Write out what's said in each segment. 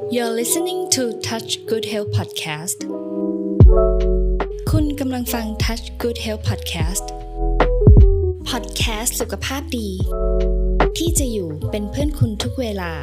You're listening to Touch Good Health Podcast คุณกำลังฟัง Touch Good Health Podcast Podcast สุขภาพดีที่จะอยู่เป็นเพื่อนคุณทุกเวลา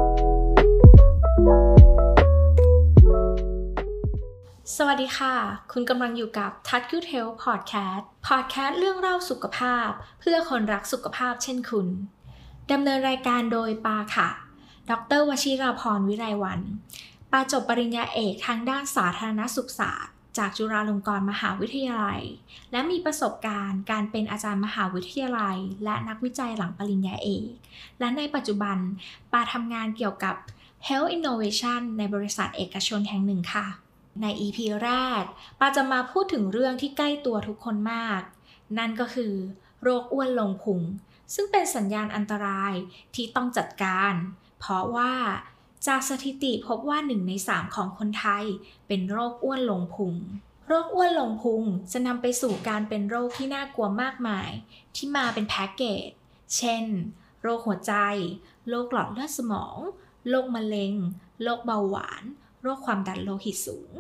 สวัสดีค่ะคุณกำลังอยู่กับ Touch Good Health Podcast เรื่องเล่าสุขภาพเพื่อคนรักสุขภาพเช่นคุณดำเนินรายการโดยปาค่ะดร.วชิราพรวิไลวรรณปาจบปริญญาเอกทางด้านสาธารณสุขศาสตร์จากจุฬาลงกรณ์มหาวิทยาลัยและมีประสบการณ์การเป็นอาจารย์มหาวิทยาลัยและนักวิจัยหลังปริญญาเอกและในปัจจุบันปาทำงานเกี่ยวกับ Health Innovation ในบริษัทเอกชนแห่งหนึ่งค่ะใน EP แรกปาจะมาพูดถึงเรื่องที่ใกล้ตัวทุกคนมากนั่นก็คือโรคอ้วนลงพุงซึ่งเป็นสัญญาณอันตรายที่ต้องจัดการเพราะว่าจากสถิติพบว่า1 ใน 3ของคนไทยเป็นโรคอ้วนลงพุงโรคอ้วนลงพุงจะนำไปสู่การเป็นโรคที่น่ากลัวมากมายที่มาเป็นแพ็กเกจเช่นโรคหัวใจโรคหลอดเลือดสมองโรคมะเร็งโรคเบาหวานโรคความดันโลหิตสูง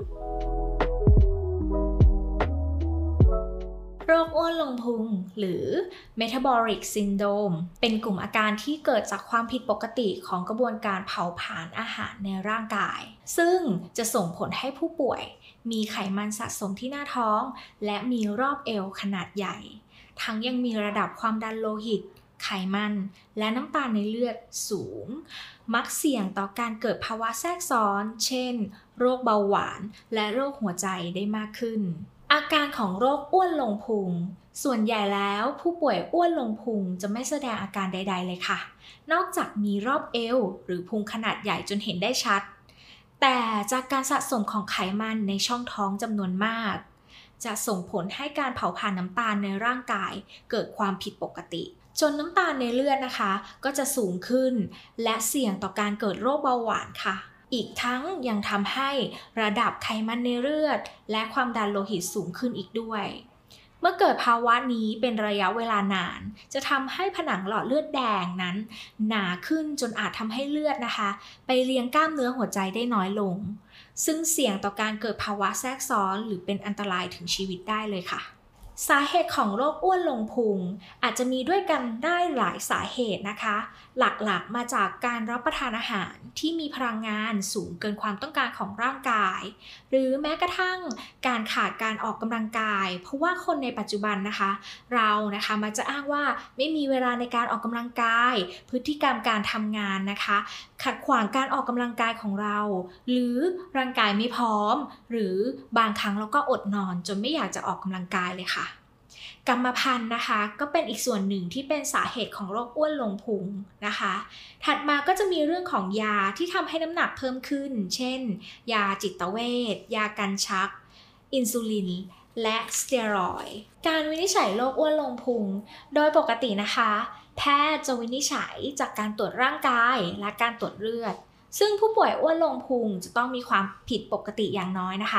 โรคอ้วนลงพุงหรือ Metabolic Syndrome เป็นกลุ่มอาการที่เกิดจากความผิดปกติของกระบวนการเผาผลาญอาหารในร่างกายซึ่งจะส่งผลให้ผู้ป่วยมีไขมันสะสมที่หน้าท้องและมีรอบเอวขนาดใหญ่ทั้งยังมีระดับความดันโลหิตไขมันและน้ำตาลในเลือดสูงมักเสี่ยงต่อการเกิดภาวะแทรกซ้อนเช่นโรคเบาหวานและโรคหัวใจได้มากขึ้นอาการของโรคอ้วนลงพุงส่วนใหญ่แล้วผู้ป่วยอ้วนลงพุงจะไม่แสดงอาการใดๆเลยค่ะนอกจากมีรอบเอวหรือพุงขนาดใหญ่จนเห็นได้ชัดแต่จากการสะสมของไขมันในช่องท้องจำนวนมากจะส่งผลให้การเผาผลาญน้ำตาลในร่างกายเกิดความผิดปกติจนน้ำตาลในเลือดนะคะก็จะสูงขึ้นและเสี่ยงต่อการเกิดโรคเบาหวานค่ะอีกทั้งยังทำให้ระดับไขมันในเลือดและความดันโลหิตสูงขึ้นอีกด้วยเมื่อเกิดภาวะนี้เป็นระยะเวลานานจะทำให้ผนังหลอดเลือดแดงนั้นหนาขึ้นจนอาจทำให้เลือดนะคะไปเลี้ยงกล้ามเนื้อหัวใจได้น้อยลงซึ่งเสี่ยงต่อการเกิดภาวะแทรกซ้อนหรือเป็นอันตรายถึงชีวิตได้เลยค่ะสาเหตุของโรคอ้วนลงพุงอาจจะมีด้วยกันได้หลายสาเหตุนะคะหลักๆมาจากการรับประทานอาหารที่มีพลังงานสูงเกินความต้องการของร่างกายหรือแม้กระทั่งการขาดการออกกำลังกายเพราะว่าคนในปัจจุบันนะคะเรานะคะมักจะอ้างว่าไม่มีเวลาในการออกกำลังกายพฤติกรรมการทำงานนะคะขัดขวางการออกกำลังกายของเราหรือร่างกายไม่พร้อมหรือบางครั้งเราก็อดนอนจนไม่อยากจะออกกำลังกายเลยค่ะกรรมพันธุ์นะคะก็เป็นอีกส่วนหนึ่งที่เป็นสาเหตุของโรคอ้วนลงพุงนะคะถัดมาก็จะมีเรื่องของยาที่ทำให้น้ำหนักเพิ่มขึ้นเช่นยาจิตเวชยากันชักอินซูลินและสเตียรอยด์การวินิจฉัยโรคอ้วนลงพุงโดยปกตินะคะแพทย์จะวินิจฉัยจากการตรวจร่างกายและการตรวจเลือดซึ่งผู้ป่วยอ้วนลงพุงจะต้องมีความผิดปกติอย่างน้อยนะคะ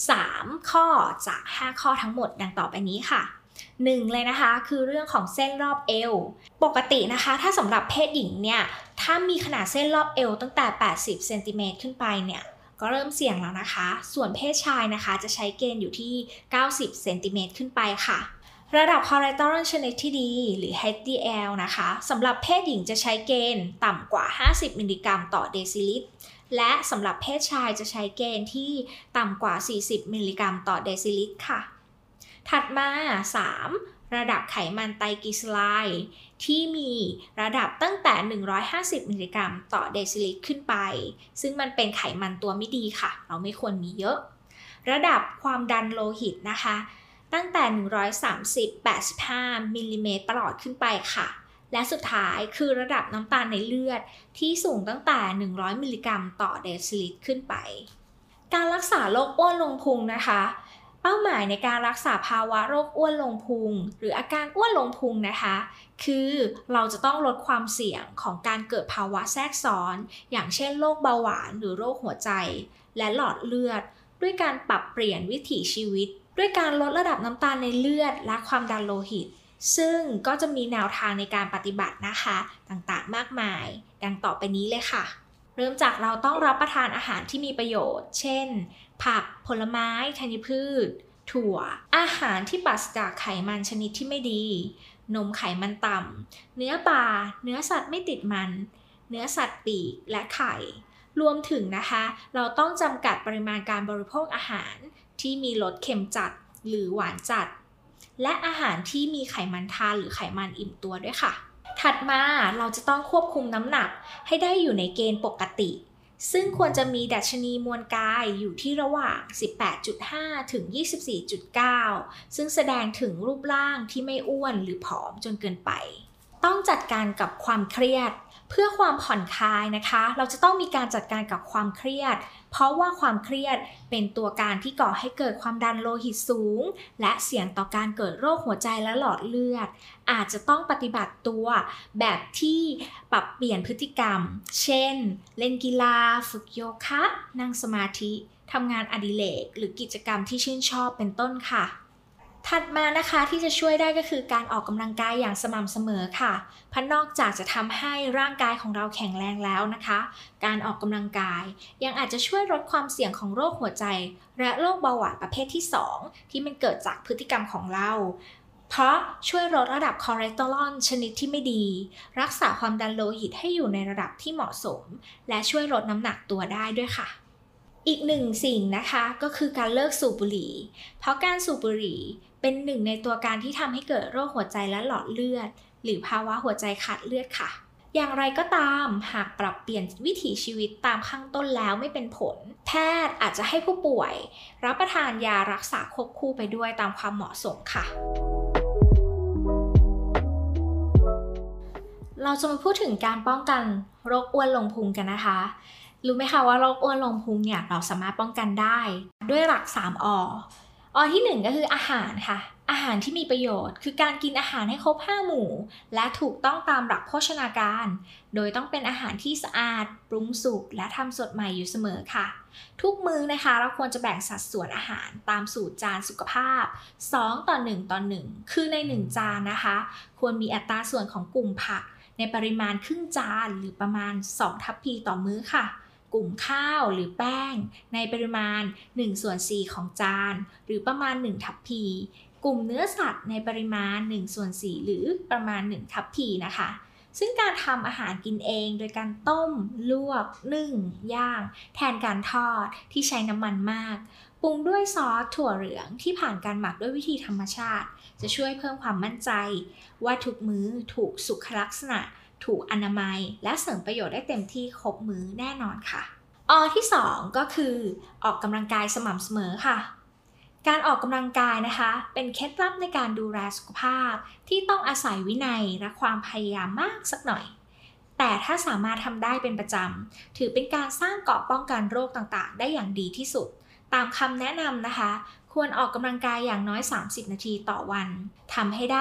3ข้อจาก5ข้อทั้งหมดดังต่อไปนี้ค่ะ1เลยนะคะคือเรื่องของเส้นรอบเอวปกตินะคะถ้าสำหรับเพศหญิงเนี่ยถ้ามีขนาดเส้นรอบเอวตั้งแต่80เซนติเมตรขึ้นไปเนี่ยก็เริ่มเสี่ยงแล้วนะคะส่วนเพศชายนะคะจะใช้เกณฑ์อยู่ที่90เซนติเมตรขึ้นไปค่ะระดับคอเลสเตอรอลชนิดที่ดีหรือ HDL นะคะสำหรับเพศหญิงจะใช้เกณฑ์ต่ำกว่า50มิลลิกรัมต่อเดซิลิตรและสำหรับเพศชายจะใช้เกณฑ์ที่ต่ำกว่า40มิลลิกรัมต่อเดซิลิตรค่ะถัดมา3ระดับไขมันไตรกลีเซอไรด์ที่มีระดับตั้งแต่150มิลลิกรัมต่อเดซิลิตรขึ้นไปซึ่งมันเป็นไขมันตัวไม่ดีค่ะเราไม่ควรมีเยอะระดับความดันโลหิตนะคะตั้งแต่130-85มิลลิเมตรประหลอดขึ้นไปค่ะและสุดท้ายคือระดับน้ำตาลในเลือดที่สูงตั้งแต่100มิลลิกรัมต่อเดซิลิตรขึ้นไปการรักษาโรคอ้วนลงพุงนะคะเป้าหมายในการรักษาภาวะโรคอ้วนลงพุงหรืออาการอ้วนลงพุงนะคะคือเราจะต้องลดความเสี่ยงของการเกิดภาวะแทรกซ้อนอย่างเช่นโรคเบาหวานหรือโรคหัวใจและหลอดเลือดด้วยการปรับเปลี่ยนวิถีชีวิตด้วยการลดระดับน้ำตาลในเลือดและความดันโลหิตซึ่งก็จะมีแนวทางในการปฏิบัตินะคะต่างๆมากมายดังต่อไปนี้เลยค่ะเริ่มจากเราต้องรับประทานอาหารที่มีประโยชน์ เช่น ผัก ผลไม้ ธัญพืช ถั่ว อาหารที่ปราศจากไขมันชนิดที่ไม่ดี นมไขมันต่ำ เนื้อปลา เนื้อสัตว์ไม่ติดมัน เนื้อสัตว์ปีก และไข่ รวมถึงนะคะ เราต้องจำกัดปริมาณการบริโภคอาหารที่มีรสเค็มจัดหรือหวานจัด และอาหารที่มีไขมันทานหรือไขมันอิ่มตัวด้วยค่ะ ถัดมาเราจะต้องควบคุมน้ำหนักให้ได้อยู่ในเกณฑ์ปกติ ซึ่งควรจะมีดัชนีมวลกายอยู่ที่ระหว่าง 18.5 ถึง 24.9 ซึ่งแสดงถึงรูปร่างที่ไม่อ้วนหรือผอมจนเกินไป ต้องจัดการกับความเครียดเพื่อความผ่อนคลายนะคะ เราจะต้องมีการจัดการกับความเครียดเพราะว่าความเครียดเป็นตัวการที่ก่อให้เกิดความดันโลหิตสูงและเสี่ยงต่อการเกิดโรคหัวใจและหลอดเลือดอาจจะต้องปฏิบัติตัวแบบที่ปรับเปลี่ยนพฤติกรรมเช่นเล่นกีฬาฝึกโยคะนั่งสมาธิทำงานอดิเรกหรือกิจกรรมที่ชื่นชอบเป็นต้นค่ะถัดมานะคะที่จะช่วยได้ก็คือการออกกำลังกายอย่างสม่ำเสมอค่ะเพราะนอกจากจะทำให้ร่างกายของเราแข็งแรงแล้วนะคะการออกกำลังกายยังอาจจะช่วยลดความเสี่ยงของโรคหัวใจและโรคเบาหวานประเภทที่2ที่มันเกิดจากพฤติกรรมของเราเพราะช่วยลดระดับคอเลสเตอรอลชนิดที่ไม่ดีรักษาความดันโลหิตให้อยู่ในระดับที่เหมาะสมและช่วยลดน้ำหนักตัวได้ด้วยค่ะอีกหนึ่งสิ่งนะคะก็คือการเลิกสูบบุหรี่เพราะการสูบบุหรี่เป็นหนึ่งในตัวการที่ทำให้เกิดโรคหัวใจและหลอดเลือดหรือภาวะหัวใจขาดเลือดค่ะอย่างไรก็ตามหากปรับเปลี่ยนวิถีชีวิตตามข้างต้นแล้วไม่เป็นผลแพทย์อาจจะให้ผู้ป่วยรับประทานยารักษาควบคู่ไปด้วยตามความเหมาะสมค่ะเราจะมาพูดถึงการป้องกันโรคอ้วนลงพุงกันนะคะรู้ไหมคะว่าโรคอ้วนลงพุงเนี่ยเราสามารถป้องกันได้ด้วยหลัก3 อที่1ก็คืออาหารค่ะอาหารที่มีประโยชน์คือการกินอาหารให้ครบ5 หมู่และถูกต้องตามหลักโภชนาการโดยต้องเป็นอาหารที่สะอาดปรุงสุกและทำสดใหม่อยู่เสมอค่ะทุกมื้อนะคะเราควรจะแบ่งสัดส่วนอาหารตามสูตรจานสุขภาพ2:1:1คือใน1จานนะคะควรมีอัตราส่วนของกลุ่มผักในปริมาณครึ่งจานหรือประมาณ2 ทัพพีต่อมื้อค่ะกลุ่มข้าวหรือแป้งในปริมาณ1/4ของจานหรือประมาณ1 ทัพพีกลุ่มเนื้อสัตว์ในปริมาณ1/4หรือประมาณ1 ทัพพีนะคะซึ่งการทำอาหารกินเองโดยการต้มลวกนึ่งย่างแทนการทอดที่ใช้น้ำมันมากปรุงด้วยซอสถั่วเหลืองที่ผ่านการหมักด้วยวิธีธรรมชาติจะช่วยเพิ่มความมั่นใจว่าทุกมื้อถูกสุขลักษณะถูกอนามัยและเสริมประโยชน์ได้เต็มที่ครบมื้อแน่นอนค่ะที่2ก็คือออกกำลังกายสม่ำเสมอค่ะการออกกำลังกายนะคะเป็นเคล็ดลับในการดูแลสุขภาพที่ต้องอาศัยวินัยและความพยายามมากสักหน่อยแต่ถ้าสามารถทำได้เป็นประจำถือเป็นการสร้างเกราะป้องกันโรคต่างๆได้อย่างดีที่สุดตามคำแนะนำนะคะควรออกกำลังกายอย่างน้อย30 นาทีต่อวันทำให้ได้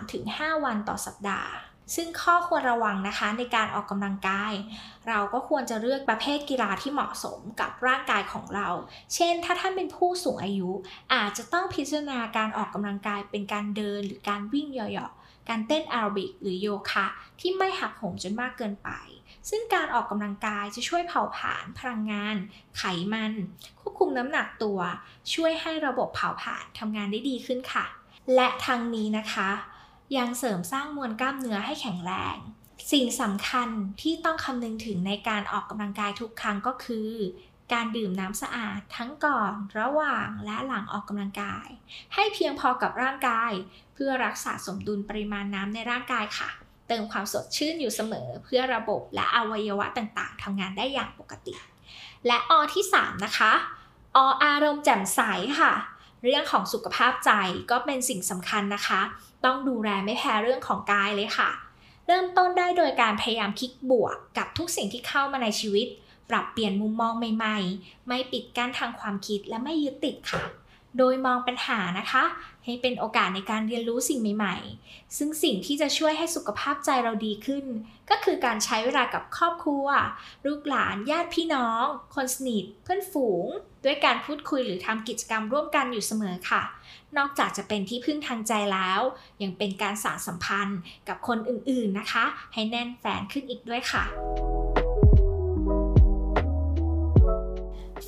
3-5 วันต่อสัปดาห์ซึ่งข้อควรระวังนะคะในการออกกำลังกายเราก็ควรจะเลือกประเภทกีฬาที่เหมาะสมกับร่างกายของเราเช่นถ้าท่านเป็นผู้สูงอายุอาจจะต้องพิจารณาการออกกำลังกายเป็นการเดินหรือการวิ่งเหยาะๆการเต้นแอโรบิกหรือโยคะที่ไม่หักโหมจนมากเกินไปซึ่งการออกกำลังกายจะช่วยเผาผลาญพลังงานไขมันควบคุมน้ำหนักตัวช่วยให้ระบบเผาผลาญทำงานได้ดีขึ้นค่ะและทั้งนี้นะคะยังเสริมสร้างมวลกล้ามเนื้อให้แข็งแรงสิ่งสำคัญที่ต้องคำนึงถึงในการออกกำลังกายทุกครั้งก็คือการดื่มน้ำสะอาดทั้งก่อนระหว่างและหลังออกกำลังกายให้เพียงพอกับร่างกายเพื่อรักษาสมดุลปริมาณน้ำในร่างกายค่ะเติมความสดชื่นอยู่เสมอเพื่อระบบและอวัยวะต่างๆทำงานได้อย่างปกติและที่3นะคะอารมณ์แจ่มใสค่ะเรื่องของสุขภาพใจก็เป็นสิ่งสำคัญนะคะต้องดูแลไม่แพ้เรื่องของกายเลยค่ะเริ่มต้นได้โดยการพยายามคิดบวกกับทุกสิ่งที่เข้ามาในชีวิตปรับเปลี่ยนมุมมองใหม่ๆไม่ปิดกั้นทางความคิดและไม่ยึดติดค่ะโดยมองปัญหานะคะให้เป็นโอกาสในการเรียนรู้สิ่งใหม่ๆซึ่งสิ่งที่จะช่วยให้สุขภาพใจเราดีขึ้นก็คือการใช้เวลากับครอบครัวลูกหลานญาติพี่น้องคนสนิทเพื่อนฝูงด้วยการพูดคุยหรือทำกิจกรรมร่วมกันอยู่เสมอค่ะนอกจากจะเป็นที่พึ่งทางใจแล้วยังเป็นการสานสัมพันธ์กับคนอื่นๆนะคะให้แน่นแฟ้นขึ้นอีกด้วยค่ะ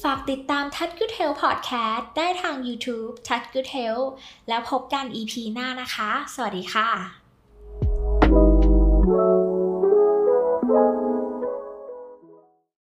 ฝากติดตาม Touch Good Health Podcast ได้ทาง YouTube Touch Good Health แล้วพบกัน EP หน้านะคะ สวัสดีค่ะ